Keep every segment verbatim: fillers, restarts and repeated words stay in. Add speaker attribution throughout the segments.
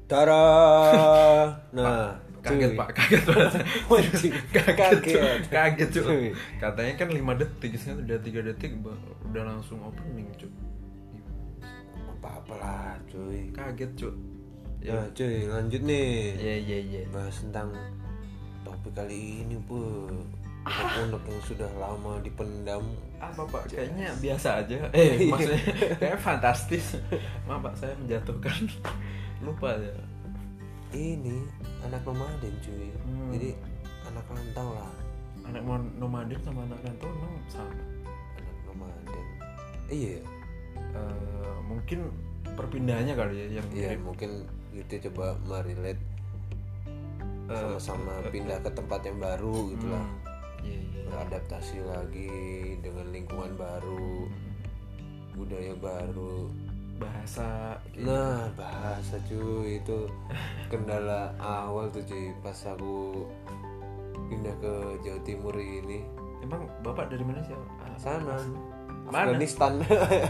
Speaker 1: Tara. Nah,
Speaker 2: kaget Pak, kaget banget. kaget, kaget, kaget cuy. Katanya kan lima detik, sekarang udah tiga detik udah langsung opening cuy.
Speaker 1: Apa-apa lah cuy.
Speaker 2: Kaget cuy.
Speaker 1: Ya nah, cuy, lanjut nih.
Speaker 2: Iya iya iya.
Speaker 1: Bahas tentang topik kali ini bu. Unek-unek yang sudah lama dipendam.
Speaker 2: Apa Pak? Kayaknya biasa aja. Eh maksudnya kayak fantastis. Maaf Pak, saya menjatuhkan. Lupa ya.
Speaker 1: Ini anak nomaden cuy. Hmm. Jadi anak rantau lah.
Speaker 2: Anak nomaden sama anak rantau memang sama.
Speaker 1: Anak nomaden. Iya.
Speaker 2: Uh, mungkin perpindahannya kali ya yang
Speaker 1: iya mirip. Mungkin itu coba merelate uh, sama-sama uh, uh, pindah ke tempat yang baru gitu lah. Hmm.
Speaker 2: Yeah, yeah.
Speaker 1: Beradaptasi lagi dengan lingkungan baru, hmm. budaya baru,
Speaker 2: bahasa.
Speaker 1: Nah gitu. Bahasa cuy itu kendala awal tuh cuy pas aku pindah ke Jawa Timur ini.
Speaker 2: Emang bapak dari mana sih?
Speaker 1: Sana.
Speaker 2: Mana?
Speaker 1: Afghanistan.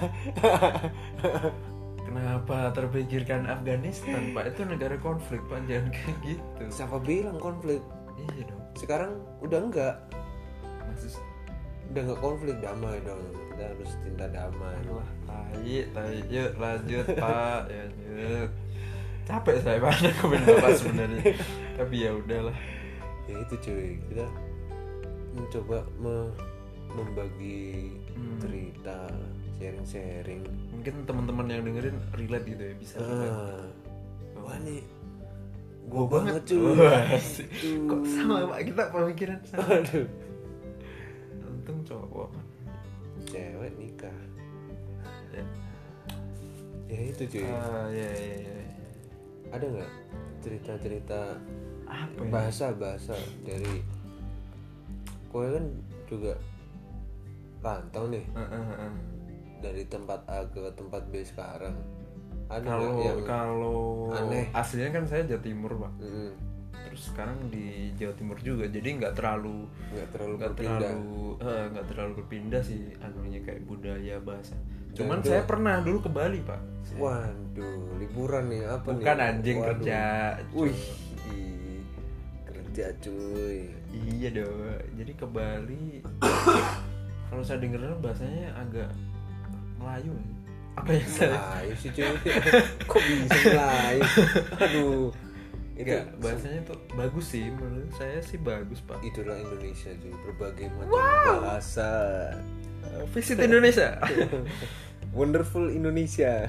Speaker 2: Kenapa terpikirkan Afghanistan Pak? Itu negara konflik Pak, jangan kayak gitu.
Speaker 1: Siapa bilang konflik?
Speaker 2: Iya dong.
Speaker 1: Sekarang udah enggak.
Speaker 2: Maksud
Speaker 1: udah enggak konflik, damai dong. Kita harus cinta damai.
Speaker 2: Wah, tai, tai. Yuk lanjut Pak, ya lanjut. Capek saya banget komen Bapak sebenarnya. Tapi ya udahlah.
Speaker 1: Ya itu cuy, kita mencoba me- membagi hmm. cerita, sharing-sharing.
Speaker 2: Mungkin teman-teman yang dengerin relate gitu ya, bisa.
Speaker 1: Ah. Wah nih
Speaker 2: gue banget cuy. Kok sama Pak, kita pemikiran sama.
Speaker 1: Aduh.
Speaker 2: Untung cowok.
Speaker 1: Cewek nikah.
Speaker 2: Ya.
Speaker 1: Ya itu cuy.
Speaker 2: Ah ya ya ya.
Speaker 1: Ada nggak cerita-cerita
Speaker 2: apa ya?
Speaker 1: bahasa-bahasa dari kowe kan juga rantau nih.
Speaker 2: Uh, uh, uh.
Speaker 1: Dari tempat A ke tempat B sekarang. Ada
Speaker 2: kalau
Speaker 1: yang
Speaker 2: kalau
Speaker 1: aneh?
Speaker 2: Aslinya kan saya Jawa Timur Pak.
Speaker 1: Mm-hmm.
Speaker 2: Terus sekarang di Jawa Timur juga, jadi nggak terlalu
Speaker 1: nggak terlalu
Speaker 2: nggak
Speaker 1: berpindah.
Speaker 2: terlalu eh, nggak terlalu berpindah sih anunya kayak budaya bahasa. Cuman
Speaker 1: Dan
Speaker 2: saya
Speaker 1: itu,
Speaker 2: pernah dulu ke Bali Pak.
Speaker 1: Waduh, liburan nih apa
Speaker 2: Bukan
Speaker 1: nih?
Speaker 2: Bukan anjing. Waduh. Kerja.
Speaker 1: Wih, kerja cuy.
Speaker 2: Iya dong. Jadi ke Bali. Kalau saya dengar bahasanya agak Melayu. Apa yang saya?
Speaker 1: Melayu sih cuy. Kok bisa Melayu? Aduh.
Speaker 2: Enggak, bahasanya tuh bagus sih, menurut saya sih bagus Pak.
Speaker 1: Itulah Indonesia cuy, berbagai macam
Speaker 2: wow.
Speaker 1: bahasa.
Speaker 2: Uh, visit Indonesia.
Speaker 1: Wonderful Indonesia.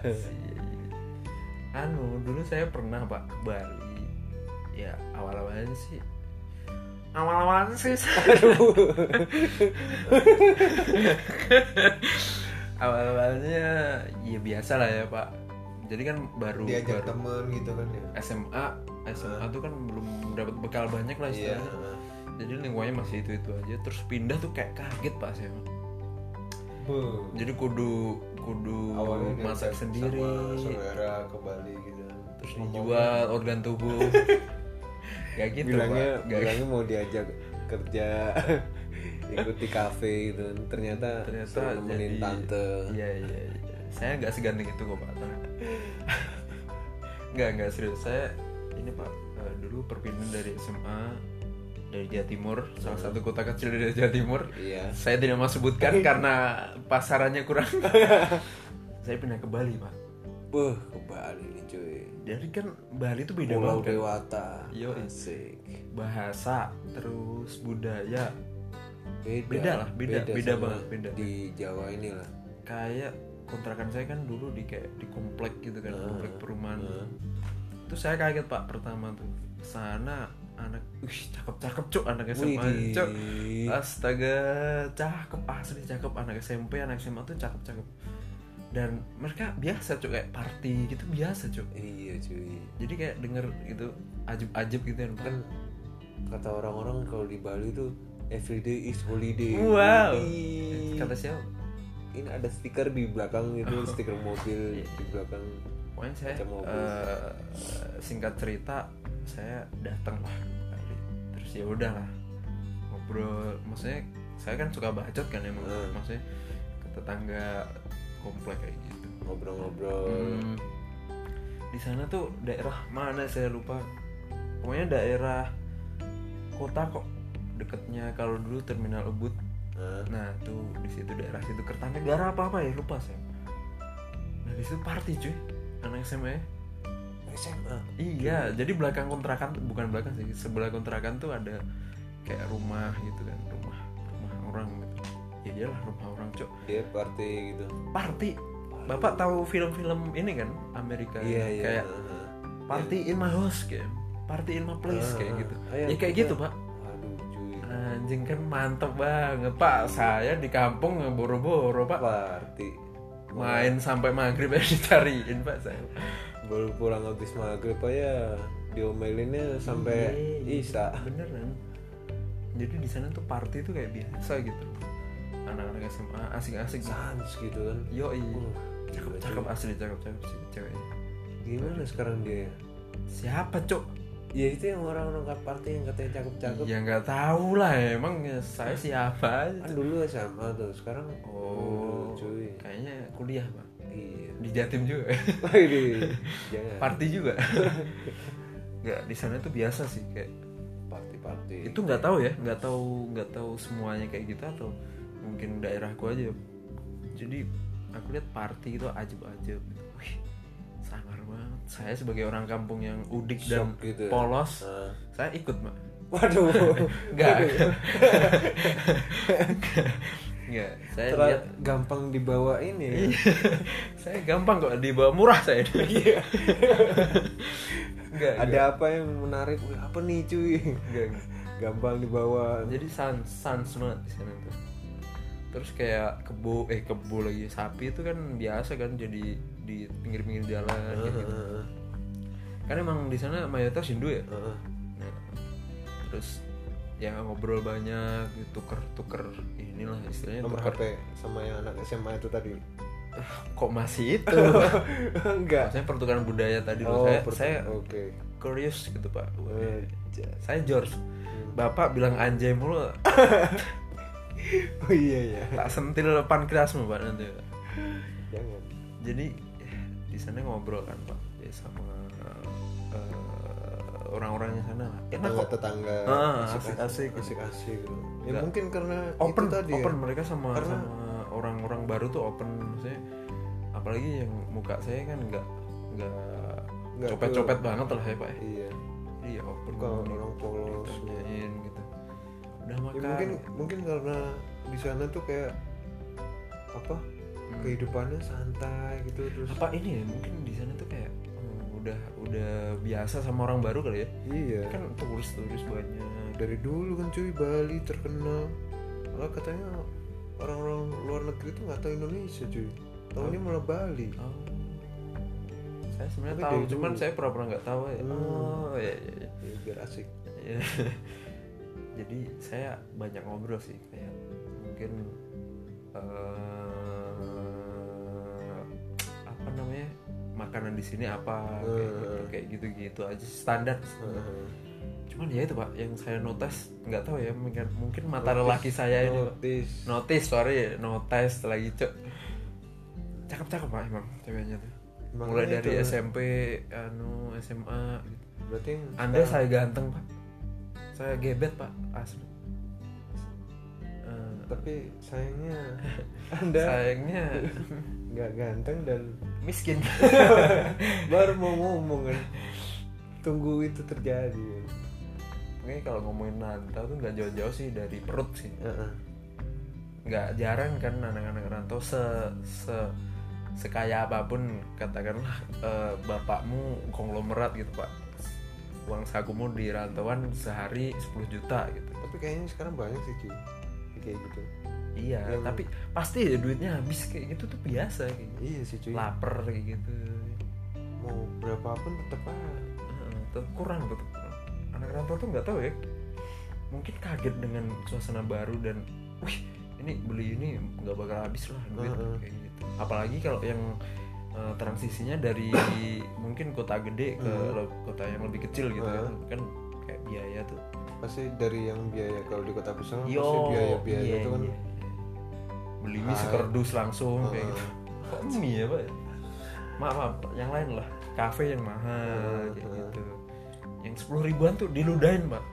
Speaker 2: Anu, dulu saya pernah Pak ke Bali. Ya awal-awalnya sih. Awal-awalnya sih. Aduh. Awal-awalnya ya biasa lah ya Pak. Jadi kan baru
Speaker 1: diajak
Speaker 2: baru
Speaker 1: temen gitu kan ya.
Speaker 2: S M A, S M A uh. tuh kan belum dapat bekal banyak lah istilahnya. Yeah. Jadi lingkungannya masih itu-itu aja. Terus pindah tuh kayak kaget Pak saya.
Speaker 1: Buh.
Speaker 2: Jadi kudu kudu awalnya masak sendiri.
Speaker 1: Sama saudara ke Bali gitu.
Speaker 2: Terus dijual organ tubuh. Gak gitu
Speaker 1: bilangnya,
Speaker 2: Pak.
Speaker 1: Bilangnya mau diajak kerja. Ikut di kafe gitu. Ternyata
Speaker 2: ternyata
Speaker 1: nemenin tante.
Speaker 2: Iya iya iya. Saya enggak seganteng itu kok Pak. Enggak enggak serius. Saya ini Pak uh, dulu perpindahan dari S M A dari Jawa Timur, salah satu kota kecil dari Jawa Timur.
Speaker 1: Iya.
Speaker 2: Saya tidak mau sebutkan karena pasarannya kurang. Saya pindah ke Bali Pak.
Speaker 1: Wah, ke Bali nih cuy.
Speaker 2: Jadi kan Bali tuh beda
Speaker 1: Pulau
Speaker 2: banget.
Speaker 1: Dewata.
Speaker 2: Yo, asik. Bahasa, terus budaya.
Speaker 1: Beda,
Speaker 2: beda lah, beda, beda, beda banget, beda.
Speaker 1: Di Jawa ini lah.
Speaker 2: Kayak kontrakan saya kan dulu di kayak di komplek gitu kan, uh, komplek perumahan. Uh. Itu saya kaget Pak pertama tuh. Sana anak, wih cakep-cakep cuk anak S M A cuk. Astaga, cakep asli cakep anak S M P, anak S M A tuh cakep-cakep. Dan mereka biasa cuk kayak party gitu biasa cuk.
Speaker 1: Iya cuy.
Speaker 2: Jadi kayak denger gitu ajib-ajib gitu kan.
Speaker 1: Kata orang-orang kalau di Bali tuh everyday is holiday.
Speaker 2: Wow.
Speaker 1: Wih.
Speaker 2: Kata siapa?
Speaker 1: Ini ada stiker di belakang itu, stiker mobil di belakang.
Speaker 2: Pokoknya saya uh, singkat cerita saya datang lah kali. Terus ya udah lah ngobrol. Maksudnya saya kan suka bacot kan emang. Hmm. Maksudnya ke tetangga komplek kayak gitu.
Speaker 1: Ngobrol-ngobrol.
Speaker 2: Hmm. di sana tuh daerah mana saya lupa, pokoknya daerah kota kok deketnya kalau dulu Terminal Ubud.
Speaker 1: Hah?
Speaker 2: Nah tuh di situ daerah situ Kertanegara apa apa ya lupa saya. Nah di situ party cuy anak S M A.
Speaker 1: S M A.
Speaker 2: Iya, jadi belakang kontrakan, bukan belakang sih, sebelah kontrakan tuh ada kayak rumah gitu kan, rumah rumah orang gitu. Ya iyalah rumah orang cok.
Speaker 1: Dia party gitu.
Speaker 2: Party. Bapak tahu film-film ini kan Amerika
Speaker 1: Iya,
Speaker 2: yang
Speaker 1: iya.
Speaker 2: kayak
Speaker 1: Heeh.
Speaker 2: party in my house kayak, party in my place
Speaker 1: Ah,
Speaker 2: kayak gitu.
Speaker 1: ah, iya,
Speaker 2: Ya kayak
Speaker 1: kita-
Speaker 2: gitu pak.
Speaker 1: Aduh cuy.
Speaker 2: Anjing kan mantep banget pak. Saya di kampung boro-boro pak.
Speaker 1: Party.
Speaker 2: Main sampai maghrib aja dicariin pak saya.
Speaker 1: Baru pulang habis maghrib aja diomelinnya sampai
Speaker 2: Iya,
Speaker 1: Isya.
Speaker 2: beneran. Jadi di sana tuh party tuh kayak biasa gitu. Anak-anak S M A asik-asik.
Speaker 1: Sans gitu kan.
Speaker 2: Yo iya.
Speaker 1: Uh,
Speaker 2: Cakep,
Speaker 1: gila,
Speaker 2: cakep
Speaker 1: cuy.
Speaker 2: asli, cakep, cakep sih ceweknya.
Speaker 1: Gimana sekarang dia ya?
Speaker 2: Siapa cok?
Speaker 1: Ya itu yang orang-orang party yang katanya cakep-cakep.
Speaker 2: Ya nggak tahu lah emang ya, saya siapa aja.
Speaker 1: Kan dulu S M A tuh, sekarang
Speaker 2: Oh,
Speaker 1: uh, cuy.
Speaker 2: kayaknya kuliah pak.
Speaker 1: Iya.
Speaker 2: Di Jatim juga.
Speaker 1: Ini jangan.
Speaker 2: Party juga. Nggak, di sana tuh biasa sih kayak
Speaker 1: Party-party.
Speaker 2: itu nggak tahu ya, nggak tahu nggak tahu semuanya kayak gitu atau mungkin daerahku aja. Jadi aku lihat party itu ajeb-ajeb gitu. Wih, sangar banget. Saya sebagai orang kampung yang udik dan
Speaker 1: Shock gitu ya.
Speaker 2: polos,
Speaker 1: Ah.
Speaker 2: saya ikut mak.
Speaker 1: Waduh.
Speaker 2: Enggak. Enggak, saya
Speaker 1: Terlalu
Speaker 2: lihat
Speaker 1: gampang dibawa ini.
Speaker 2: saya gampang kok dibawa murah saya. Iya. Enggak.
Speaker 1: Ada apa yang menarik? Wih, apa nih cuy?
Speaker 2: Enggak.
Speaker 1: Gampang dibawa.
Speaker 2: Jadi sans sans banget di sana tuh. Terus kayak kebo eh kebo lagi sapi itu kan biasa kan jadi di pinggir-pinggir jalan kayak gitu.
Speaker 1: Heeh.
Speaker 2: Kan emang di sana mayoritas Hindu ya.
Speaker 1: Heeh.
Speaker 2: Nah, terus ya ngobrol banyak, tuker-tuker inilah istilahnya
Speaker 1: Nomor
Speaker 2: tuker.
Speaker 1: H P sama yang anak S M A itu tadi.
Speaker 2: Kok masih itu?
Speaker 1: Enggak.
Speaker 2: Saya pertukaran budaya tadi loh.
Speaker 1: Oh,
Speaker 2: saya
Speaker 1: pertu-
Speaker 2: saya
Speaker 1: oke.
Speaker 2: curious gitu pak.
Speaker 1: Eh, jas.
Speaker 2: Saya George. Bapak bilang anjay mulu,
Speaker 1: Oh iya ya.
Speaker 2: tak sentil pankreasmu pak nanti.
Speaker 1: Jangan.
Speaker 2: Jadi di sana ngobrol kan pak, ya sama uh, orang-orangnya sana lah. Enak kok.
Speaker 1: Tetangga-tetangga
Speaker 2: Ah, asik-asik.
Speaker 1: asik-asik gitu. Ya
Speaker 2: Nggak.
Speaker 1: mungkin karena
Speaker 2: Open,
Speaker 1: itu tadi
Speaker 2: open
Speaker 1: ya.
Speaker 2: mereka sama
Speaker 1: Karena-
Speaker 2: sama orang-orang baru tuh open, maksudnya apalagi yang muka saya kan nggak nggak
Speaker 1: Nggak
Speaker 2: copet-copet
Speaker 1: tuh.
Speaker 2: banget lah ya pak ya.
Speaker 1: Iya.
Speaker 2: Jadi ya open,
Speaker 1: Kalau
Speaker 2: nih,
Speaker 1: orang polos.
Speaker 2: ditanyain gitu. Udah
Speaker 1: Ya,
Speaker 2: makan.
Speaker 1: mungkin mungkin karena di sana tuh kayak apa?
Speaker 2: Hmm.
Speaker 1: Kehidupannya santai gitu terus.
Speaker 2: Apa ini ya mungkin di sana tuh kayak hmm, udah udah biasa sama orang baru kali ya.
Speaker 1: Iya.
Speaker 2: Kan turis-turis banyak.
Speaker 1: Dari dulu kan cuy Bali terkenal. Malah katanya orang-orang luar negeri tuh nggak tahu Indonesia cuy. Tahunya malah Bali.
Speaker 2: Oh. Saya sebenarnya
Speaker 1: Tapi
Speaker 2: tahu,
Speaker 1: dari
Speaker 2: cuman
Speaker 1: dulu.
Speaker 2: saya pura-pura nggak tahu ya.
Speaker 1: Hmm.
Speaker 2: Oh, ya, ya, ya.
Speaker 1: Ya, biar asik.
Speaker 2: Ya. Jadi saya banyak ngobrol sih kayak mungkin eh, apa namanya makanan di sini apa kayak, gitu,
Speaker 1: Hmm.
Speaker 2: kayak gitu-gitu aja standar.
Speaker 1: Heeh.
Speaker 2: Cuman ya itu pak yang saya notice nggak tahu ya mungkin mungkin mata
Speaker 1: Notice,
Speaker 2: lelaki saya ini pak.
Speaker 1: Notice.
Speaker 2: Notice sorry notice lagi cok. Cakep-cakep pak emang ceweknya tuh. Mulai
Speaker 1: Makanya
Speaker 2: dari
Speaker 1: itu.
Speaker 2: S M P, anu S M A gitu.
Speaker 1: Berarti yang
Speaker 2: Anda
Speaker 1: sekarang-
Speaker 2: saya ganteng pak, saya gebet pak asli. Eh,
Speaker 1: tapi sayangnya Anda
Speaker 2: sayangnya
Speaker 1: nggak ganteng dan
Speaker 2: miskin.
Speaker 1: baru mau ngomong kan. Tunggu itu terjadi.
Speaker 2: Mungkin kalau ngomongin rantau tuh nggak jauh-jauh sih dari perut sih.
Speaker 1: Heeh.
Speaker 2: Nggak jarang kan anak-anak rantau se se sekaya apapun katakanlah eh, bapakmu konglomerat gitu pak. Uang sakumu di rantauan sehari sepuluh juta gitu.
Speaker 1: Tapi kayaknya sekarang banyak sih cuy kayak gitu.
Speaker 2: Iya,
Speaker 1: Yang-
Speaker 2: tapi pasti ya duitnya habis kayak gitu tuh biasa kayak gitu.
Speaker 1: Iya sih cuy.
Speaker 2: Laper kayak gitu.
Speaker 1: Mau berapapun tetap aja.
Speaker 2: Heeh, tetep kurang tetep kurang. Anak rantau tuh nggak tahu ya, mungkin kaget dengan suasana baru dan wih ini beli ini nggak bakal habis lah duit
Speaker 1: Heeh.
Speaker 2: kayak gitu. Apalagi kalau yang eh, transisinya dari mungkin kota gede ke
Speaker 1: Hmm.
Speaker 2: le- kota yang lebih kecil gitu
Speaker 1: Heeh.
Speaker 2: kan, kan kayak biaya tuh.
Speaker 1: Pasti dari yang biaya kalau di kota besar
Speaker 2: Yo,
Speaker 1: pasti biaya-biaya
Speaker 2: iya,
Speaker 1: itu kan.
Speaker 2: iya. Beli mie
Speaker 1: Ah.
Speaker 2: sekerdus langsung kayak
Speaker 1: Heeh.
Speaker 2: gitu. Kok mie ya pak? Maaf, maaf, yang lain lah. kafe yang mahal
Speaker 1: Uh,
Speaker 2: kayak
Speaker 1: uh.
Speaker 2: gitu. Yang sepuluh ribuan tuh diludahin pak.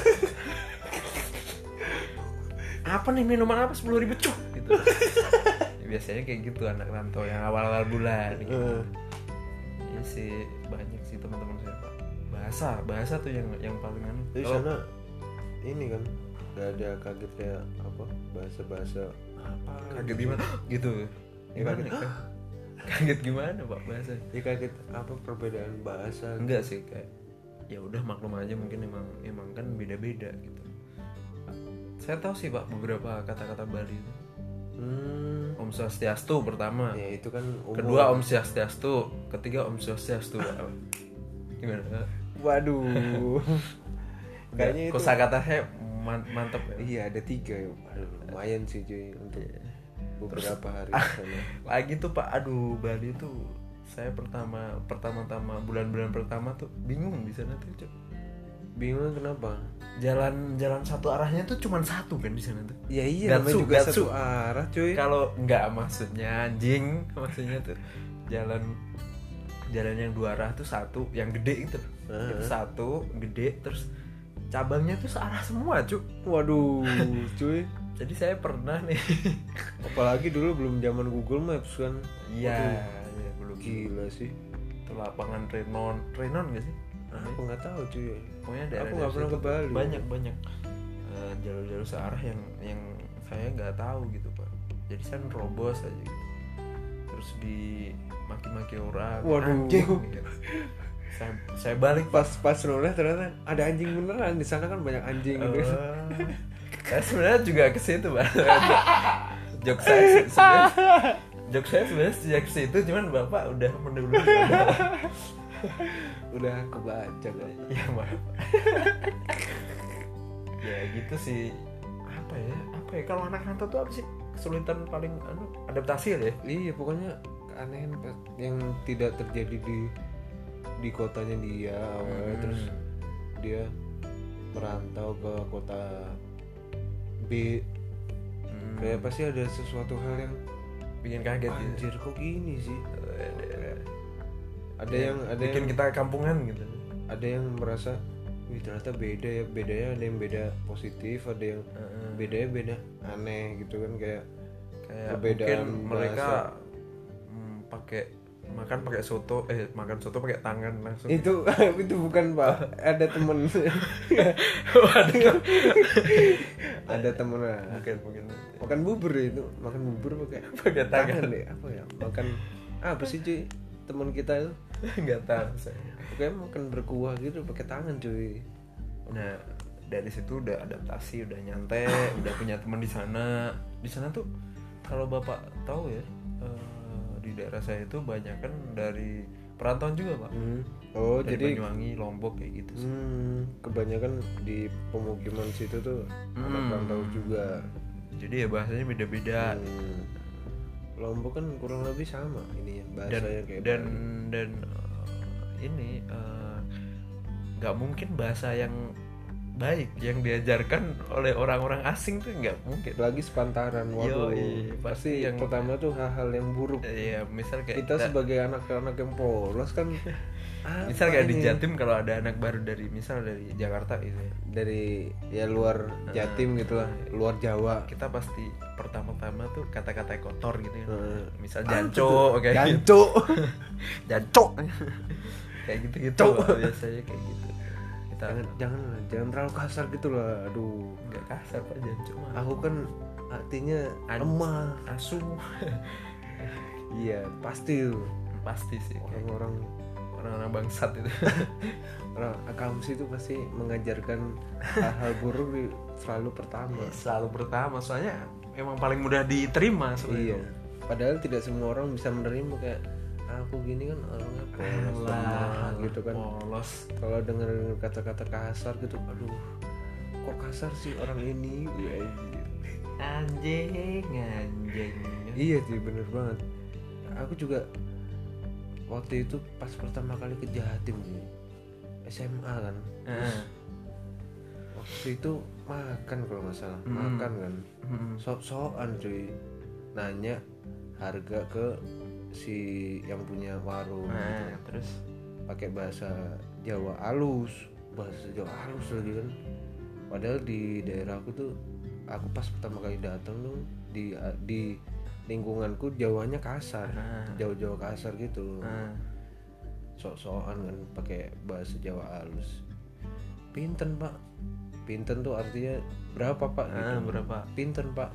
Speaker 2: Apa nih minuman apa sepuluh ribu cuk gitu. Ya, biasanya kayak gitu anak rantau yang awal-awal bulan gitu.
Speaker 1: Uh.
Speaker 2: Iya sih banyak sih teman-teman saya pak. Bahasa bahasa tuh yang yang paling anu.
Speaker 1: Di
Speaker 2: Kalau-
Speaker 1: sana ini kan nggak ada kaget kayak apa bahasa-bahasa apa
Speaker 2: kaget gimana gitu
Speaker 1: Ya,
Speaker 2: gimana
Speaker 1: kaget.
Speaker 2: kaget. Kaget gimana pak bahasa
Speaker 1: ya kaget apa perbedaan bahasa
Speaker 2: enggak sih kayak ya udah maklum aja mungkin emang emang kan beda-beda gitu. Saya tahu sih pak beberapa kata-kata Bali.
Speaker 1: hmm.
Speaker 2: Om Swastiastu pertama,
Speaker 1: Ya itu kan umum.
Speaker 2: kedua Om Swastiastu, ketiga Om Swastiastu Pak. Gimana?
Speaker 1: Waduh. Kayaknya itu
Speaker 2: kosakata saya man- mantep ya.
Speaker 1: iya ada tiga ya. Aduh, lumayan sih cuy untuk beberapa hari
Speaker 2: Ah.
Speaker 1: di sana.
Speaker 2: Lagi tuh Pak, aduh Bali tuh saya pertama pertama-tama bulan-bulan pertama tuh bingung di sana tuh Cuk.
Speaker 1: Bingung kenapa?
Speaker 2: Jalan jalan satu arahnya tuh cuma satu kan di sana tuh.
Speaker 1: Ya iya, namanya
Speaker 2: Gatsu,
Speaker 1: juga
Speaker 2: gatsu.
Speaker 1: satu arah cuy.
Speaker 2: Kalau nggak maksudnya anjing, maksudnya tuh jalan jalan yang dua arah tuh satu, yang gede itu.
Speaker 1: Uh-huh.
Speaker 2: Itu satu, gede, terus cabangnya tuh searah semua, Cuk.
Speaker 1: Waduh, cuy.
Speaker 2: Jadi saya pernah nih.
Speaker 1: Apalagi dulu belum zaman Google Maps kan.
Speaker 2: Iya,
Speaker 1: Waduh,
Speaker 2: ya, belum
Speaker 1: gila sih.
Speaker 2: Itu lapangan Renon, Renon nggak sih?
Speaker 1: Aku nggak tahu cuy.
Speaker 2: Pokoknya
Speaker 1: Aku nggak pernah ke Bali.
Speaker 2: Banyak banyak uh, jalur-jalur searah yang yang saya nggak tahu gitu Pak. Jadi saya nerobos aja gitu. Terus dimaki-maki orang.
Speaker 1: Waduh.
Speaker 2: Anjing. Gitu. Saya saya balik
Speaker 1: Pas pas noleh ternyata ada anjing beneran di sana kan banyak anjing gitu.
Speaker 2: Oh. Saya sebenarnya juga ke situ Pak. Jok saya se- sebenarnya jok saya sebenarnya sejak situ cuman Bapak udah mendahului.
Speaker 1: Udah kebaca kan.
Speaker 2: Iya maaf. Ya gitu sih. Apa ya? Apa ya kalau anak rantau tuh apa sih kesulitan paling anu adaptasi ya?
Speaker 1: Iya pokoknya keanehan yang tidak terjadi di di kotanya dia awalnya
Speaker 2: Hmm.
Speaker 1: terus dia merantau ke kota B.
Speaker 2: Hmm.
Speaker 1: Kayak pasti ada sesuatu hal yang
Speaker 2: Bikin kaget gitu.
Speaker 1: anjir kok gini sih. Kayak ada
Speaker 2: Ya,
Speaker 1: yang ada
Speaker 2: bikin
Speaker 1: yang
Speaker 2: kita kampungan gitu.
Speaker 1: ada yang merasa wih ternyata beda ya, bedanya ada yang beda positif, ada yang
Speaker 2: Heeh.
Speaker 1: bedanya beda aneh gitu kan, kayak
Speaker 2: Kayak
Speaker 1: perbedaan
Speaker 2: mungkin mereka
Speaker 1: bahasa.
Speaker 2: hmm, pakai makan pakai soto eh makan soto pakai tangan langsung.
Speaker 1: itu itu bukan Pak, ada temen
Speaker 2: Waduh.
Speaker 1: ada temen lah.
Speaker 2: Mungkin mungkin
Speaker 1: Makan bubur ya itu, makan bubur pakai
Speaker 2: pakai tangan.
Speaker 1: tangan deh, apa ya, makan apa sih cuy teman kita itu
Speaker 2: Enggak tahu saya.
Speaker 1: pokoknya makan berkuah gitu pakai tangan cuy.
Speaker 2: Nah dari situ udah adaptasi, udah nyantai, udah punya teman di sana. Di sana tuh kalau bapak tahu ya eh, di daerah saya itu banyak kan dari perantauan juga pak.
Speaker 1: Hmm. Oh
Speaker 2: Dari
Speaker 1: jadi
Speaker 2: Banyuwangi, Lombok kayak gitu sih.
Speaker 1: hmm, kebanyakan di pemukiman situ tuh anak
Speaker 2: Hmm.
Speaker 1: rantau juga.
Speaker 2: Jadi ya bahasanya beda-beda.
Speaker 1: Hmm. Lombok kan kurang lebih sama ini ya
Speaker 2: dan
Speaker 1: bahasanya kayak
Speaker 2: dan
Speaker 1: Bali.
Speaker 2: dan eh, ini eh, nggak mungkin bahasa yang baik yang diajarkan oleh orang-orang asing tuh nggak mungkin.
Speaker 1: Lagi sepantaran, waduh
Speaker 2: Yoi, pasti
Speaker 1: pasti
Speaker 2: yang-
Speaker 1: yang pertama tuh hal-hal yang buruk.
Speaker 2: Iya misal kayak
Speaker 1: Kita sebagai anak-anak yang polos kan apa
Speaker 2: misal kayak di
Speaker 1: ini?
Speaker 2: Jatim kalau ada anak baru dari misal dari Jakarta gitu ya,
Speaker 1: dari ya luar Jatim gitu lah, luar Jawa.
Speaker 2: kita pasti pertama-tama tuh kata-kata kotor gitu ya.
Speaker 1: Hmm.
Speaker 2: Misal
Speaker 1: Ah,
Speaker 2: janco kayak gitu.
Speaker 1: Janco.
Speaker 2: Janco kayak gitu-gitu
Speaker 1: Cok.
Speaker 2: Pak, biasanya kayak gitu kita
Speaker 1: jangan jangan lah, jangan terlalu kasar gitu lah. Aduh.
Speaker 2: nggak kasar Pak janco mah
Speaker 1: Aku kan artinya
Speaker 2: An-
Speaker 1: lemah.
Speaker 2: asu.
Speaker 1: Iya, pasti tuh.
Speaker 2: Pasti sih kayak
Speaker 1: Orang-orang
Speaker 2: orang-orang bangsat itu.
Speaker 1: orang akamsi itu pasti mengajarkan hal-hal buruk di selalu pertama.
Speaker 2: Selalu pertama soalnya emang paling mudah diterima
Speaker 1: Iya.
Speaker 2: sebenarnya.
Speaker 1: Padahal tidak semua orang bisa menerima kayak aku gini kan orangnya polos lemah gitu kan.
Speaker 2: Polos.
Speaker 1: Kalau dengar kata-kata kasar gitu, aduh, kok kasar sih orang ini? Ya,
Speaker 2: Anjing, anjing.
Speaker 1: iya sih bener banget. Aku juga waktu itu pas pertama kali ke Jatim sih, S M A kan.
Speaker 2: Heeh.
Speaker 1: Waktu itu makan kalau nggak salah,
Speaker 2: Mm.
Speaker 1: makan kan.
Speaker 2: Mm-mm.
Speaker 1: Sok-sokan cuy, nanya harga ke si yang punya warung.
Speaker 2: Nah,
Speaker 1: gitu.
Speaker 2: terus
Speaker 1: pakai bahasa Jawa halus, bahasa Jawa halus lagi kan. Padahal di daerah aku tuh, aku pas pertama kali datang tuh di di lingkunganku Jawanya kasar,
Speaker 2: Ah.
Speaker 1: Jawa-Jawa kasar gitu.
Speaker 2: Ah.
Speaker 1: Sok-sokan kan pakai bahasa Jawa halus. Pinten pak, pinten tuh artinya berapa pak?
Speaker 2: Ah,
Speaker 1: Gitu.
Speaker 2: berapa?
Speaker 1: Pinten pak,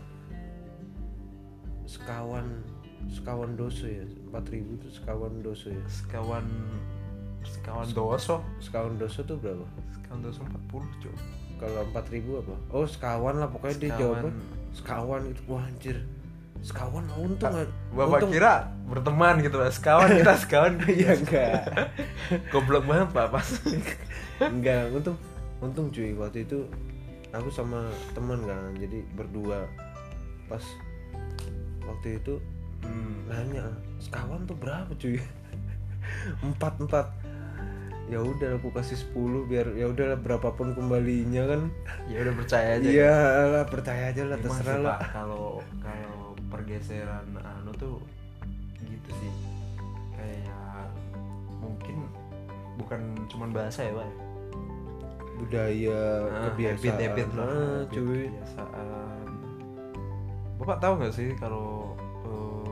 Speaker 1: sekawan sekawan doso ya, empat ribu tuh sekawan doso ya.
Speaker 2: Sekawan sekawan doso.
Speaker 1: Sekawan doso tuh berapa?
Speaker 2: Sekawan doso empat puluh, Cuk.
Speaker 1: Kalau empat ribu apa? Oh sekawan lah pokoknya dia
Speaker 2: Sekawan.
Speaker 1: jawabnya sekawan itu. Wah anjir, sekawan untung nggak?
Speaker 2: Bapak
Speaker 1: untung,
Speaker 2: kira berteman gitu, Pak. Sekawan kita sekawan.
Speaker 1: Iya enggak.
Speaker 2: Goblok banget, Pak, pas.
Speaker 1: Enggak, untung untung cuy waktu itu aku sama teman kan, jadi berdua. Pas waktu itu
Speaker 2: Hmm.
Speaker 1: nanya sekawan tuh berapa cuy? empat empat. Ya udah aku kasih sepuluh biar ya udahlah berapapun kembalinya kan.
Speaker 2: Ya udah percaya aja.
Speaker 1: Iya lah, percaya aja lah,
Speaker 2: Emang
Speaker 1: terserah
Speaker 2: sih,
Speaker 1: lah.
Speaker 2: Pak, kalau kalau pergeseran anu tuh gitu sih. Kayak mungkin bukan cuman bahasa ya, Pak.
Speaker 1: Budaya,
Speaker 2: Nah,
Speaker 1: kebiasaan
Speaker 2: habit-habit lah,
Speaker 1: ah,
Speaker 2: habit,
Speaker 1: cuy.
Speaker 2: kebiasaan. Bapak tahu nggak sih kalau eh,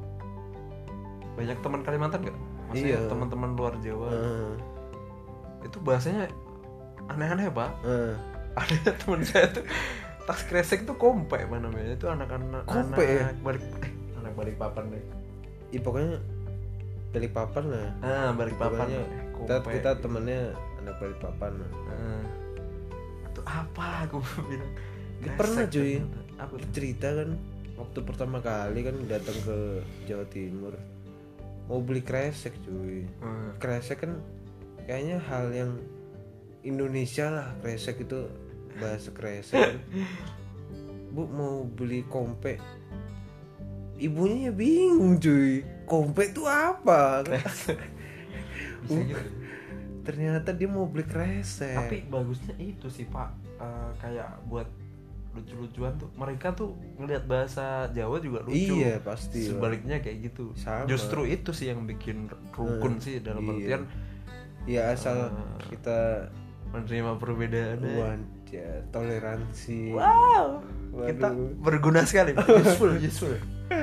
Speaker 2: banyak teman Kalimantan nggak? Maksudnya
Speaker 1: Iya.
Speaker 2: teman-teman luar Jawa
Speaker 1: Ah,
Speaker 2: itu bahasanya aneh-aneh, Pak.
Speaker 1: ah.
Speaker 2: Ada teman saya tuh tas kresek tuh kompe mana namanya, itu anak-anak
Speaker 1: Kompe
Speaker 2: anak
Speaker 1: ya?
Speaker 2: balik eh, anak balik papan deh.
Speaker 1: Ih, pokoknya Balikpapan lah.
Speaker 2: Ah, balik papan.
Speaker 1: Pokoknya kita, kita temennya anak Balikpapan lah.
Speaker 2: Ah. Itu apa aku bilang?
Speaker 1: Dia
Speaker 2: Kresek
Speaker 1: pernah cuy
Speaker 2: ternyata. Apa tuh?
Speaker 1: cerita kan waktu pertama kali kan datang ke Jawa Timur mau beli kresek cuy.
Speaker 2: Ah.
Speaker 1: Kresek kan kayaknya hal yang Indonesia lah, kresek itu bahasa kresek kan. Bu mau beli kompe, ibunya ya bingung cuy, kompe itu apa?
Speaker 2: Bisa gitu.
Speaker 1: Ternyata dia mau beli kresek.
Speaker 2: Tapi bagusnya itu sih, Pak. Eh, kayak buat lucu-lucuan tuh, mereka tuh ngelihat bahasa Jawa juga lucu.
Speaker 1: Iya pasti.
Speaker 2: Sebaliknya kayak gitu.
Speaker 1: Sama.
Speaker 2: Justru itu sih yang bikin rukun
Speaker 1: Hmm,
Speaker 2: sih, dalam
Speaker 1: iya.
Speaker 2: artian
Speaker 1: Ya asal
Speaker 2: Eh,
Speaker 1: kita
Speaker 2: menerima perbedaan.
Speaker 1: wajah toleransi.
Speaker 2: Wow,
Speaker 1: Waduh.
Speaker 2: kita berguna sekali, Pak. Useful, useful.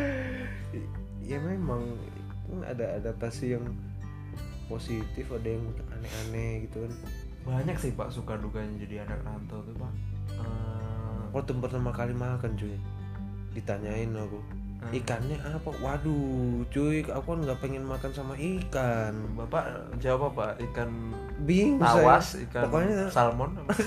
Speaker 1: Ya memang kan ada adaptasi yang positif, ada yang aneh-aneh gitu kan.
Speaker 2: Banyak sih, Pak, suka dukanya jadi anak rantau tuh, Pak. Eh,
Speaker 1: Waktu pertama kali makan cuy, ditanyain aku
Speaker 2: Hmm.
Speaker 1: ikannya apa, waduh cuy aku kan nggak pengen makan sama ikan,
Speaker 2: Bapak jawab apa? Ikan
Speaker 1: bingung
Speaker 2: tawas,
Speaker 1: saya.
Speaker 2: ikan
Speaker 1: Pokoknya-
Speaker 2: salmon.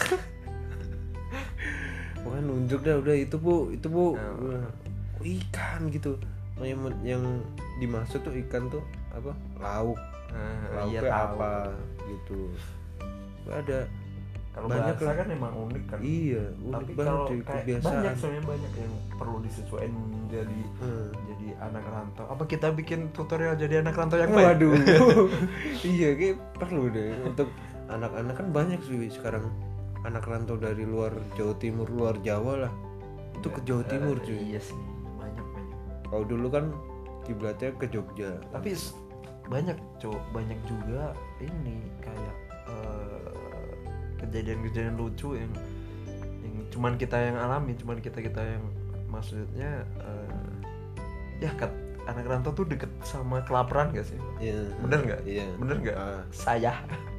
Speaker 1: pokoknya nunjuk dah udah itu bu itu bu
Speaker 2: Oh.
Speaker 1: Gua, "Oh, ikan gitu yang, yang dimaksud tuh ikan tuh apa lauk
Speaker 2: Nah,
Speaker 1: lauknya
Speaker 2: iya tahu.
Speaker 1: apa gitu. Nggak ada.
Speaker 2: Kalau
Speaker 1: Banyak
Speaker 2: bahasa
Speaker 1: lah.
Speaker 2: kan emang unik kan.
Speaker 1: Iya
Speaker 2: Tapi
Speaker 1: unik banget
Speaker 2: kalau
Speaker 1: cuy,
Speaker 2: kayak
Speaker 1: kebiasaan.
Speaker 2: banyak soalnya banyak yang perlu disesuaikan jadi
Speaker 1: Hmm.
Speaker 2: jadi anak rantau. Apa kita bikin tutorial jadi anak rantau yang baik?
Speaker 1: Waduh. Iya kayak perlu deh untuk anak-anak kan banyak sih sekarang anak rantau dari luar Jawa Timur, luar Jawa lah. Itu ke Jawa Timur
Speaker 2: Eh,
Speaker 1: cuy.
Speaker 2: Iya sih, banyak banyak.
Speaker 1: Kalau dulu kan kiblatnya ke Jogja.
Speaker 2: Tapi s- banyak, Cuk, banyak juga ini kayak eh, kejadian-kejadian lucu yang yang cuman kita yang alami, cuman kita-kita yang maksudnya eh, ya kat, anak rantau tuh deket sama kelaparan gak sih?
Speaker 1: Iya.
Speaker 2: Bener nggak?
Speaker 1: Iya.
Speaker 2: Bener nggak?
Speaker 1: Ah,
Speaker 2: Saya.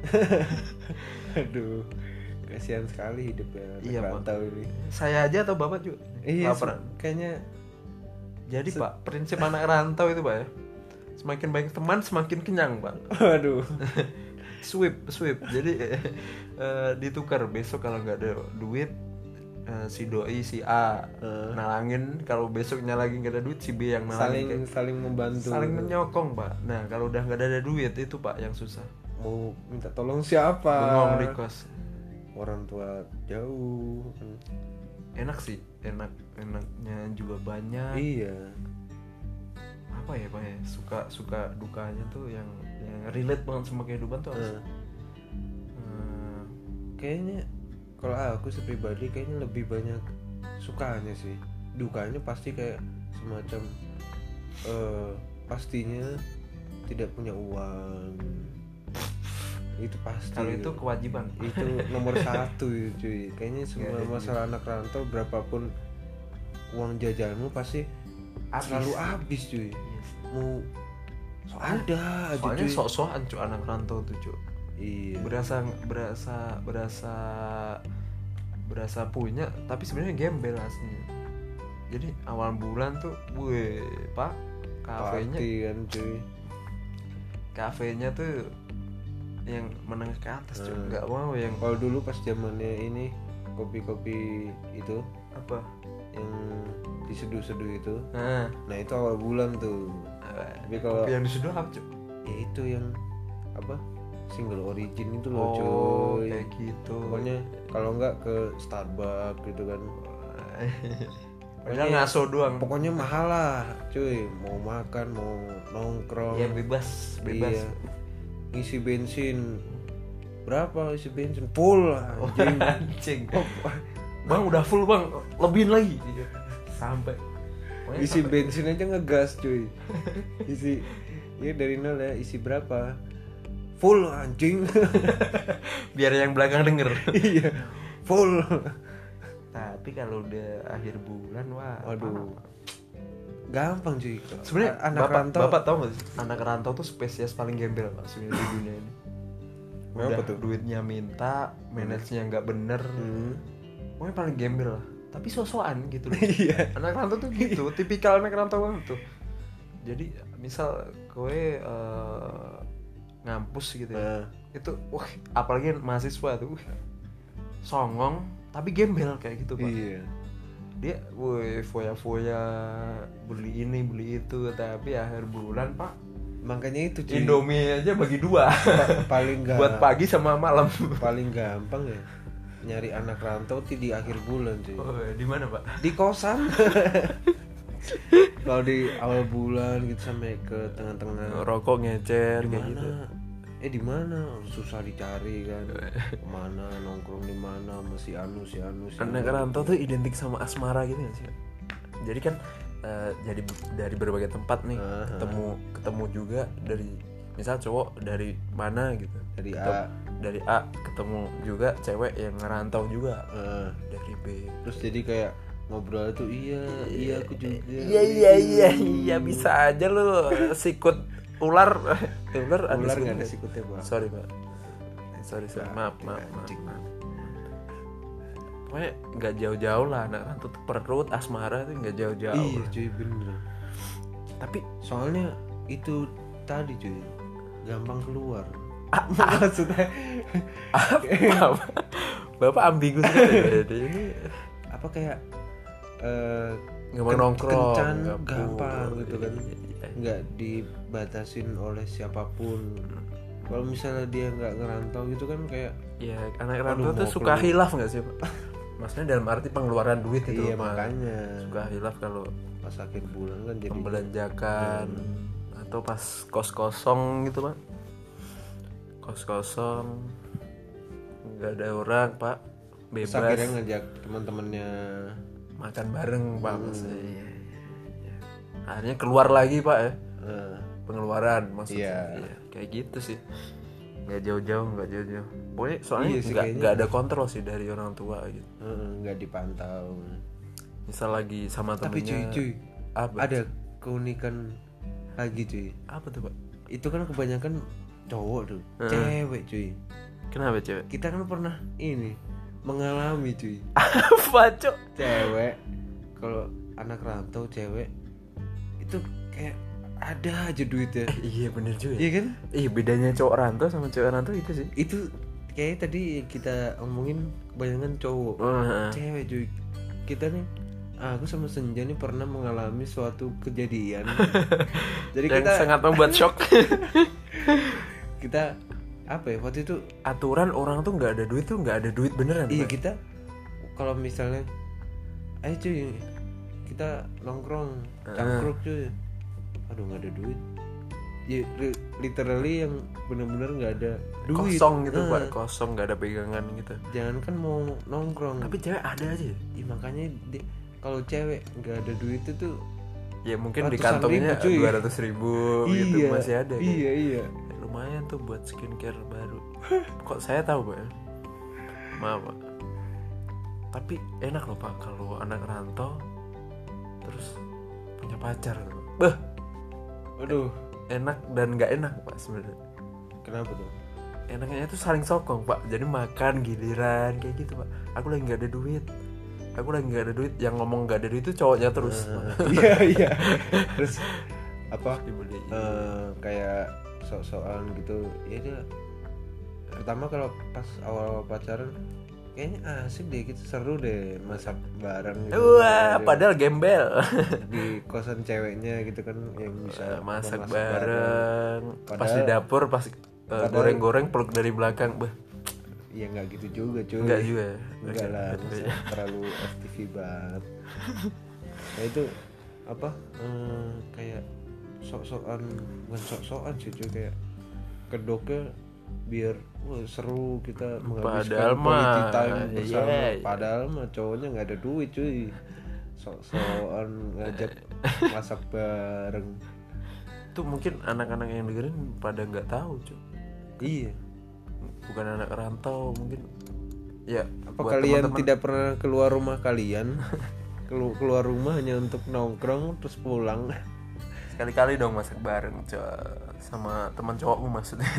Speaker 1: aduh. Kasihan sekali hidupnya anak
Speaker 2: Iya, Pak.
Speaker 1: rantau ini.
Speaker 2: Saya aja atau Bapak juga?
Speaker 1: Iya,
Speaker 2: Kelaparan.
Speaker 1: se- kayaknya
Speaker 2: Jadi
Speaker 1: se-
Speaker 2: Pak, prinsip anak rantau itu Pak ya, semakin banyak teman semakin kenyang Pak.
Speaker 1: waduh.
Speaker 2: Sweep, sweep. Jadi eh, ditukar besok kalau nggak ada duit eh, si doi si A
Speaker 1: Eh.
Speaker 2: nalangin, kalau besoknya lagi nggak ada duit si B yang nalangin.
Speaker 1: saling
Speaker 2: Kayak-
Speaker 1: saling membantu.
Speaker 2: saling menyokong Pak. Nah kalau udah nggak ada duit itu Pak yang susah.
Speaker 1: Mau minta tolong siapa?
Speaker 2: Bengong di kos.
Speaker 1: Orang tua jauh.
Speaker 2: Enak sih, enak enaknya juga banyak.
Speaker 1: Iya.
Speaker 2: Apa ya Pak ya, suka suka dukanya tuh yang yang relate banget sama kehidupan tuh.
Speaker 1: Nah,
Speaker 2: Hmm,
Speaker 1: kayaknya kalau aku sih pribadi kayaknya lebih banyak sukanya sih. Dukanya pasti kayak semacam eh pastinya tidak punya uang. itu pasti.
Speaker 2: Kalau itu kewajiban.
Speaker 1: Itu nomor satu ya, cuy. Kayaknya semua masalah anak rantau berapapun uang jajanmu pasti
Speaker 2: Abis.
Speaker 1: selalu habis cuy.
Speaker 2: Yes.
Speaker 1: Mau
Speaker 2: Soalnya,
Speaker 1: ada aja
Speaker 2: soalnya
Speaker 1: cuy.
Speaker 2: sok-sokan cuy anak rantau tuh cuy.
Speaker 1: Iya.
Speaker 2: Berasa berasa berasa berasa punya tapi sebenarnya gembel aslinya. Jadi awal bulan tuh, gue pak kafenya
Speaker 1: Party kan cuy.
Speaker 2: kafenya tuh yang menengah ke atas cuy,
Speaker 1: Hmm.
Speaker 2: nggak mau yang
Speaker 1: Kalau dulu pas zamannya ini kopi-kopi itu
Speaker 2: apa?
Speaker 1: yang diseduh-seduh itu,
Speaker 2: Nah,
Speaker 1: nah itu awal bulan tuh. Tapi kalau
Speaker 2: kopi yang diseduh apa cuy?
Speaker 1: ya itu yang apa single origin itu loh
Speaker 2: Oh,
Speaker 1: cuy.
Speaker 2: kayak gitu.
Speaker 1: Pokoknya kalau nggak ke Starbucks gitu kan.
Speaker 2: Padahal ngaso doang.
Speaker 1: Pokoknya mahal lah cuy, mau makan mau nongkrong.
Speaker 2: Ya bebas, bebas.
Speaker 1: Iya. Isi bensin berapa isi bensin full anjing.
Speaker 2: Anjing. Bang udah full bang, lebihin lagi. Sampai. Pokoknya
Speaker 1: Isi
Speaker 2: sampai.
Speaker 1: bensin aja ngegas cuy. Isi ya dari nol ya, isi berapa? Full anjing.
Speaker 2: Biar yang belakang denger.
Speaker 1: Iya. Full.
Speaker 2: Tapi kalau udah akhir bulan wah.
Speaker 1: Waduh. Gampang cuy.
Speaker 2: Sebenarnya
Speaker 1: A- anak
Speaker 2: bapak,
Speaker 1: rantau.
Speaker 2: bapak tahu nggak sih? Anak rantau tuh spesies paling gembel pak sebenarnya di dunia ini. Udah
Speaker 1: Kenapa tuh?
Speaker 2: duitnya minta, manage-nya nggak bener,
Speaker 1: Hmm.
Speaker 2: pokoknya paling gembel lah. Tapi sosokan gitu loh.
Speaker 1: Iya.
Speaker 2: Anak rantau tuh gitu, tipikal anak rantau banget tuh. Jadi misal kowe uh, ngampus gitu ya,
Speaker 1: Nah,
Speaker 2: itu wah apalagi mahasiswa tuh, wah, songong tapi gembel kayak gitu pak.
Speaker 1: iya.
Speaker 2: Dia woi foya-foya beli ini beli itu tapi akhir bulan pak
Speaker 1: Makanya itu cuy.
Speaker 2: Indomie aja bagi dua
Speaker 1: Pa- paling gak
Speaker 2: buat pagi sama malam.
Speaker 1: paling gampang ya nyari anak rantau tuh di akhir bulan cuy.
Speaker 2: Oh, di mana pak?
Speaker 1: Di kosan. Kalau di awal bulan gitu sampai ke tengah-tengah.
Speaker 2: Rokok ngecer
Speaker 1: Di
Speaker 2: kayak
Speaker 1: mana?
Speaker 2: gitu.
Speaker 1: Eh di mana? Susah dicari kan. Kemana nongkrong di mana masih anu si anu si
Speaker 2: Anak
Speaker 1: anu.
Speaker 2: rantau tuh identik sama asmara gitu gak sih? Jadi kan eh, jadi dari berbagai tempat nih
Speaker 1: Aha.
Speaker 2: ketemu ketemu juga dari misal cowok dari mana gitu.
Speaker 1: Dari
Speaker 2: Ketemu-
Speaker 1: A.
Speaker 2: dari A ketemu juga cewek yang ngerantau juga
Speaker 1: Eh,
Speaker 2: dari B.
Speaker 1: terus jadi kayak ngobrol tuh iya iya aku juga.
Speaker 2: Iya iya iya iya bisa aja lu sikut ular eh, ular ada
Speaker 1: Ular nggak
Speaker 2: sikutnya.
Speaker 1: ada sikutnya bang.
Speaker 2: Sorry pak. Sorry sorry maaf maaf maaf.
Speaker 1: Anjing.
Speaker 2: maaf. Pokoknya nggak jauh-jauh lah anak rantau tuh perut asmara tuh nggak jauh-jauh.
Speaker 1: Iya cuy bener.
Speaker 2: Tapi
Speaker 1: Soalnya itu tadi cuy gampang keluar. Maksudnya
Speaker 2: apa? Bapak ambigu sekali ya. Ini
Speaker 1: apa kayak eh,
Speaker 2: gampang
Speaker 1: ken-
Speaker 2: nongkrong,
Speaker 1: kencan
Speaker 2: gabung.
Speaker 1: gampang gitu kan.
Speaker 2: Iya.
Speaker 1: Nggak dibatasin oleh siapapun. Kalau misalnya dia nggak ngerantau gitu kan kayak
Speaker 2: Ya anak
Speaker 1: Aduh,
Speaker 2: rantau tuh
Speaker 1: mau
Speaker 2: suka
Speaker 1: keluar.
Speaker 2: hilaf nggak sih pak? Maksudnya dalam arti pengeluaran duit itu
Speaker 1: iya
Speaker 2: loh, Pak.
Speaker 1: makanya
Speaker 2: Suka hilaf kalau
Speaker 1: pas akhir bulan kan jadi
Speaker 2: membelanjakan atau pas kos kosong gitu pak, kos kosong nggak ada orang pak,
Speaker 1: terus
Speaker 2: bebas
Speaker 1: akhirnya ngajak teman-temannya.
Speaker 2: makan bareng pak.
Speaker 1: Hmm.
Speaker 2: Maksudnya, iya, iya, iya. Akhirnya keluar lagi pak ya,
Speaker 1: Eh,
Speaker 2: pengeluaran maksudnya.
Speaker 1: Iya.
Speaker 2: Iya, kayak gitu sih, nggak jauh-jauh nggak jauh-jauh pokoknya soalnya
Speaker 1: Iya sih,
Speaker 2: nggak
Speaker 1: kayaknya.
Speaker 2: nggak ada kontrol sih dari orang tua gitu.
Speaker 1: eh, nggak dipantau.
Speaker 2: Misal lagi sama
Speaker 1: Tapi
Speaker 2: temennya
Speaker 1: cuy cuy
Speaker 2: apa
Speaker 1: ada keunikan lagi cuy.
Speaker 2: apa tuh pak?
Speaker 1: Itu kan kebanyakan cowok tuh,
Speaker 2: Heeh.
Speaker 1: cewek cuy.
Speaker 2: Kenapa cewek?
Speaker 1: Kita kan pernah ini mengalami cuy.
Speaker 2: Apa cok?
Speaker 1: Cewek kalau anak rantau cewek itu kayak ada aja duitnya.
Speaker 2: Iya bener juga.
Speaker 1: Iya kan?
Speaker 2: Iya bedanya cowok rantau sama cewek rantau itu sih.
Speaker 1: Itu kayak tadi kita omongin kebanyakan cowok.
Speaker 2: Heeh.
Speaker 1: Cewek cuy. Kita nih aku sama Senja nih pernah mengalami suatu kejadian. Jadi
Speaker 2: Yang
Speaker 1: kita
Speaker 2: sangat membuat shock.
Speaker 1: kita apa ya waktu itu
Speaker 2: Aturan orang tuh nggak ada duit tuh nggak ada duit beneran.
Speaker 1: iya
Speaker 2: Pak.
Speaker 1: kita kalau misalnya ayo cuy kita nongkrong cangkruk cuy, aduh nggak ada duit ya li- literally yang benar-benar nggak ada duit
Speaker 2: Kosong gitu
Speaker 1: Nah,
Speaker 2: pak, kosong nggak ada pegangan gitu.
Speaker 1: jangan kan mau nongkrong
Speaker 2: Tapi cewek ada aja.
Speaker 1: ya, makanya di- kalau cewek nggak ada duit itu tuh
Speaker 2: Ya mungkin di
Speaker 1: Ratusan
Speaker 2: kantongnya
Speaker 1: ribu, cuy.
Speaker 2: dua ratus ribu gitu
Speaker 1: iya
Speaker 2: masih ada. kan.
Speaker 1: iya iya
Speaker 2: Lumayan lumayan tuh buat skincare baru. Kok saya tahu Pak? Maaf Pak. Tapi enak loh Pak kalau anak rantau terus punya pacar tuh. Beh,
Speaker 1: Aduh,
Speaker 2: enak dan nggak enak Pak sebenarnya.
Speaker 1: kenapa tuh?
Speaker 2: Enaknya itu saling sokong Pak. Jadi makan giliran kayak gitu Pak. Aku lagi nggak ada duit. Aku lagi nggak ada duit. Yang ngomong nggak ada duit itu cowoknya terus.
Speaker 1: Iya iya. Terus apa?
Speaker 2: Dibeliin.
Speaker 1: Uh, kayak sok-sokan gitu. Ya dia pertama kalau pas awal pacaran kayaknya asik deh gitu, seru deh masak bareng gitu.
Speaker 2: Wah, padahal gembel.
Speaker 1: Di kosan ceweknya gitu kan yang bisa
Speaker 2: masak,
Speaker 1: memasak
Speaker 2: bareng. Pas
Speaker 1: Padahal-
Speaker 2: di dapur pas uh,
Speaker 1: padahal-
Speaker 2: goreng-goreng peluk dari belakang. Beh,
Speaker 1: Ya nggak gitu juga cuy.
Speaker 2: enggak juga ya.
Speaker 1: Enggak
Speaker 2: Oke.
Speaker 1: lah, masa terlalu F T V banget. Nah itu apa? eh, kayak sok-sokan, bukan sok-sokan sih cuy, kayak kedoknya biar wah, seru kita menghabiskan
Speaker 2: Padahal
Speaker 1: quality
Speaker 2: mah,
Speaker 1: time bersama.
Speaker 2: iya, iya.
Speaker 1: Padahal mah cowoknya nggak ada duit cuy. Sok-sokan ngajak masak bareng.
Speaker 2: Itu mungkin anak-anak yang dengerin pada nggak tahu cuy.
Speaker 1: Iya.
Speaker 2: Bukan anak rantau mungkin. Ya,
Speaker 1: Apa
Speaker 2: buat
Speaker 1: kalian
Speaker 2: teman-teman-
Speaker 1: tidak pernah keluar rumah kalian? Kelu- keluar rumah hanya untuk nongkrong terus pulang.
Speaker 2: sekali-kali dong masak bareng coy, sama teman cowokmu maksudnya.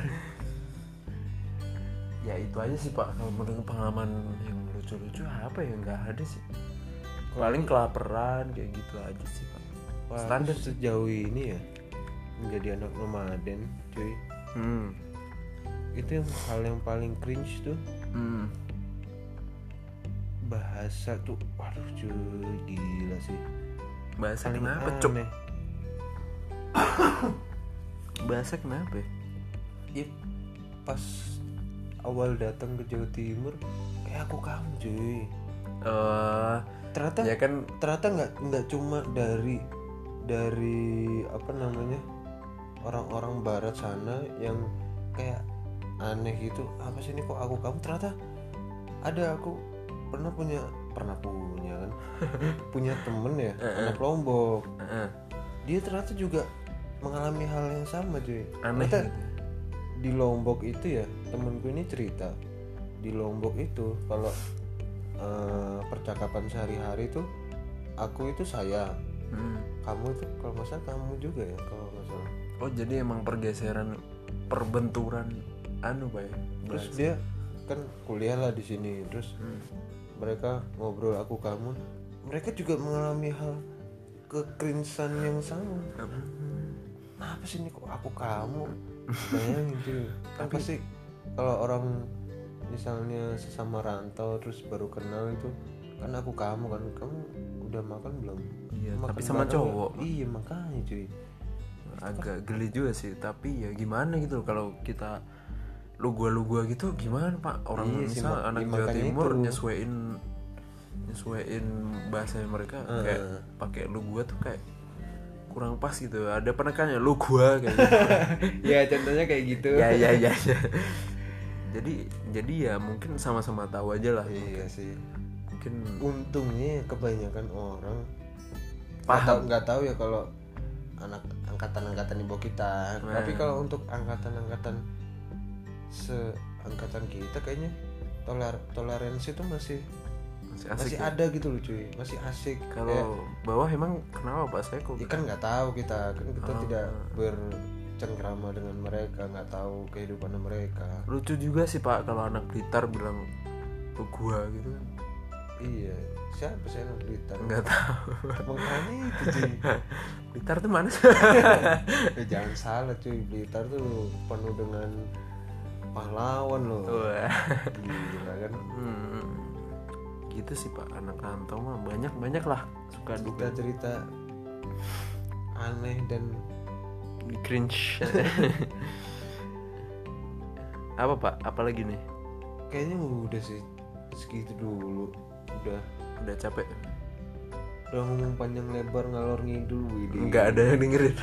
Speaker 2: Ya itu aja sih Pak, kalau menurut pengalaman yang lucu-lucu apa ya, nggak ada sih. Paling kelaparan kayak gitu aja sih Pak.
Speaker 1: Wah,
Speaker 2: Standar
Speaker 1: terus sejauh ini ya menjadi anak nomaden cuy,
Speaker 2: Hmm.
Speaker 1: itu yang hal yang paling cringe tuh
Speaker 2: Hmm.
Speaker 1: bahasa tuh. Waduh cuy, gila sih.
Speaker 2: Bahasa
Speaker 1: Paling
Speaker 2: kenapa cuk?
Speaker 1: aneh.
Speaker 2: Bahasa kenapa ya?
Speaker 1: Ya, pas awal datang ke Jawa Timur kayak aku kamu cuy.
Speaker 2: Eh,
Speaker 1: Ternyata
Speaker 2: ya kan
Speaker 1: ternyata nggak nggak cuma dari dari apa namanya orang-orang barat sana yang kayak aneh gitu, apa sih ini kok aku kamu. Ternyata ada, aku pernah punya pernah punya kan punya temen ya, anak Lombok.
Speaker 2: uh-uh,
Speaker 1: Dia ternyata juga mengalami hal yang sama cuy.
Speaker 2: aneh
Speaker 1: Ternyata
Speaker 2: gitu.
Speaker 1: di Lombok itu ya, temenku ini cerita di Lombok itu kalau eh, percakapan sehari-hari tuh aku itu saya,
Speaker 2: Hmm.
Speaker 1: kamu itu kalau nggak salah kamu juga ya kalau nggak salah.
Speaker 2: Oh jadi emang pergeseran, perbenturan anu Pak ya?
Speaker 1: Terus
Speaker 2: Bahasa.
Speaker 1: dia kan kuliah lah di sini, terus
Speaker 2: Hmm.
Speaker 1: mereka ngobrol aku kamu, mereka juga mengalami hal kekrinsan yang sama. Apa sih ini kok aku kamu? Bayangin tuh kan pasti kalau orang misalnya sesama rantau terus baru kenal itu kan aku kamu kan, kamu udah makan belum?
Speaker 2: Iya,
Speaker 1: Makan
Speaker 2: tapi sama
Speaker 1: bareng
Speaker 2: cowok.
Speaker 1: nggak? Iya makanya cuy.
Speaker 2: Agak geli juga sih, tapi ya gimana gitu loh kalau kita lu gua lu gua gitu gimana Pak, orang
Speaker 1: Iya sih,
Speaker 2: misal
Speaker 1: mak-
Speaker 2: anak
Speaker 1: iya,
Speaker 2: Jawa
Speaker 1: makanya
Speaker 2: Timur
Speaker 1: itu.
Speaker 2: nyesuaiin nyesuaiin bahasa mereka
Speaker 1: Uh.
Speaker 2: kayak pakai lu gua tuh kayak kurang pas gitu, ada penekannya lu gua kayak gitu.
Speaker 1: Ya contohnya kayak gitu.
Speaker 2: ya ya ya ya. jadi jadi ya mungkin sama-sama tahu aja lah.
Speaker 1: Iya sih.
Speaker 2: Mungkin
Speaker 1: Untungnya kebanyakan orang nggak
Speaker 2: Paham.
Speaker 1: tahu nggak tahu ya kalau anak angkatan-angkatan ibu kita.
Speaker 2: Nah.
Speaker 1: Tapi kalau untuk angkatan-angkatan seangkatan kita kayaknya toler toleransi itu masih
Speaker 2: masih asik
Speaker 1: masih
Speaker 2: ya.
Speaker 1: ada gitu loh cuy, masih asik.
Speaker 2: Kalau
Speaker 1: Kayak,
Speaker 2: bawah emang kenapa Pak, saya kok
Speaker 1: ya kan nggak tahu kita kan kita
Speaker 2: Ah.
Speaker 1: tidak bercengkrama dengan mereka, nggak tahu kehidupan mereka.
Speaker 2: lucu juga sih Pak kalau anak Blitar bilang lu gua gitu kan.
Speaker 1: Iya, siapa sih anak Blitar?
Speaker 2: Nggak tahu.
Speaker 1: Makanya itu cuy.
Speaker 2: Blitar tuh mana sih?
Speaker 1: Eh, jangan salah cuy, Blitar tuh penuh dengan pahlawan loh.
Speaker 2: Wah.
Speaker 1: Gila kan.
Speaker 2: Hmm. Gitu sih Pak, anak rantau mah banyak banyak lah suka duka
Speaker 1: Cerita-cerita aneh dan
Speaker 2: cringe. Apa Pak? Apalagi nih?
Speaker 1: kayaknya udah sih segitu dulu. Udah
Speaker 2: Udah capek?
Speaker 1: udah ngomong panjang lebar ngalor ngidul. Widih.
Speaker 2: Nggak ada yang dengerin.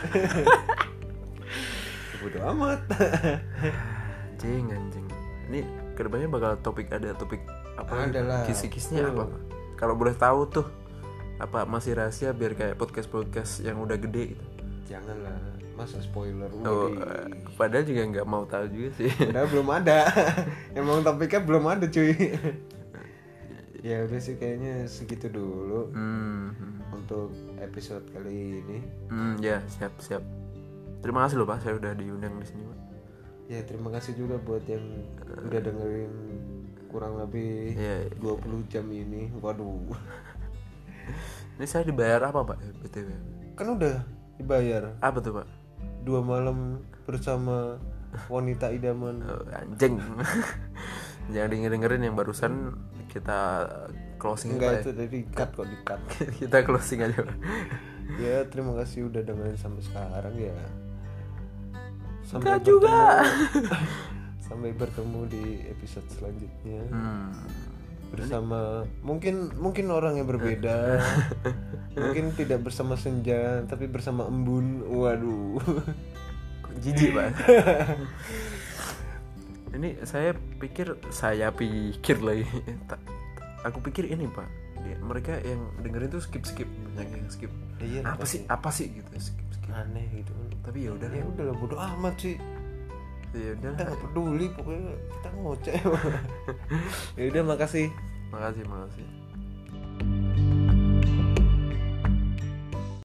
Speaker 1: Bodo amat.
Speaker 2: Anjing anjing. Ini kedepannya bakal topik ada topik apa?
Speaker 1: Ada lah.
Speaker 2: Kisi-kisnya
Speaker 1: Tuh.
Speaker 2: apa? Kalau boleh tahu tuh apa masih rahasia biar kayak podcast-podcast yang udah gede gitu.
Speaker 1: Janganlah. masa spoiler.
Speaker 2: Oh,
Speaker 1: Widih.
Speaker 2: padahal juga nggak mau tahu juga sih.
Speaker 1: Padahal belum ada. Emang topiknya belum ada cuy. Ya udah sih kayaknya segitu dulu
Speaker 2: Hmm, hmm.
Speaker 1: untuk episode kali ini.
Speaker 2: Hmm, ya siap siap. Terima kasih loh Pak, saya udah diundang di sini Pak.
Speaker 1: Ya terima kasih juga buat yang udah dengerin kurang lebih
Speaker 2: Iya, iya.
Speaker 1: dua puluh jam ini. Waduh.
Speaker 2: Ini saya dibayar apa Pak? B T W.
Speaker 1: Kan udah dibayar
Speaker 2: Apa tuh Pak?
Speaker 1: dua malam bersama wanita idaman.
Speaker 2: Oh, anjing. Jangan dengerin yang barusan kita closing.
Speaker 1: Enggak,
Speaker 2: Pak,
Speaker 1: itu tadi cut kok, di cut.
Speaker 2: ya. Kita closing aja Pak.
Speaker 1: Ya terima kasih udah dengerin sampai sekarang ya.
Speaker 2: Enggak juga.
Speaker 1: Sampai bertemu di episode selanjutnya.
Speaker 2: Hmm.
Speaker 1: Bersama mungkin mungkin orang yang berbeda. Mungkin tidak bersama Senja tapi bersama Embun. Waduh.
Speaker 2: Kok jijik Pak. Ini saya pikir saya pikir lagi. Ta- Aku pikir ini Pak. Dia- Mereka yang dengerin tuh skip skip banyak yang skip.
Speaker 1: Iya,
Speaker 2: Apa sih? Apa sih gitu skip skip.
Speaker 1: aneh gitu.
Speaker 2: Tapi ya udah.
Speaker 1: Ya udahlah bodo amat sih.
Speaker 2: Ya udah.
Speaker 1: Kita nggak peduli pokoknya kita ngoceh. Ya udah makasih.
Speaker 2: Makasih makasih.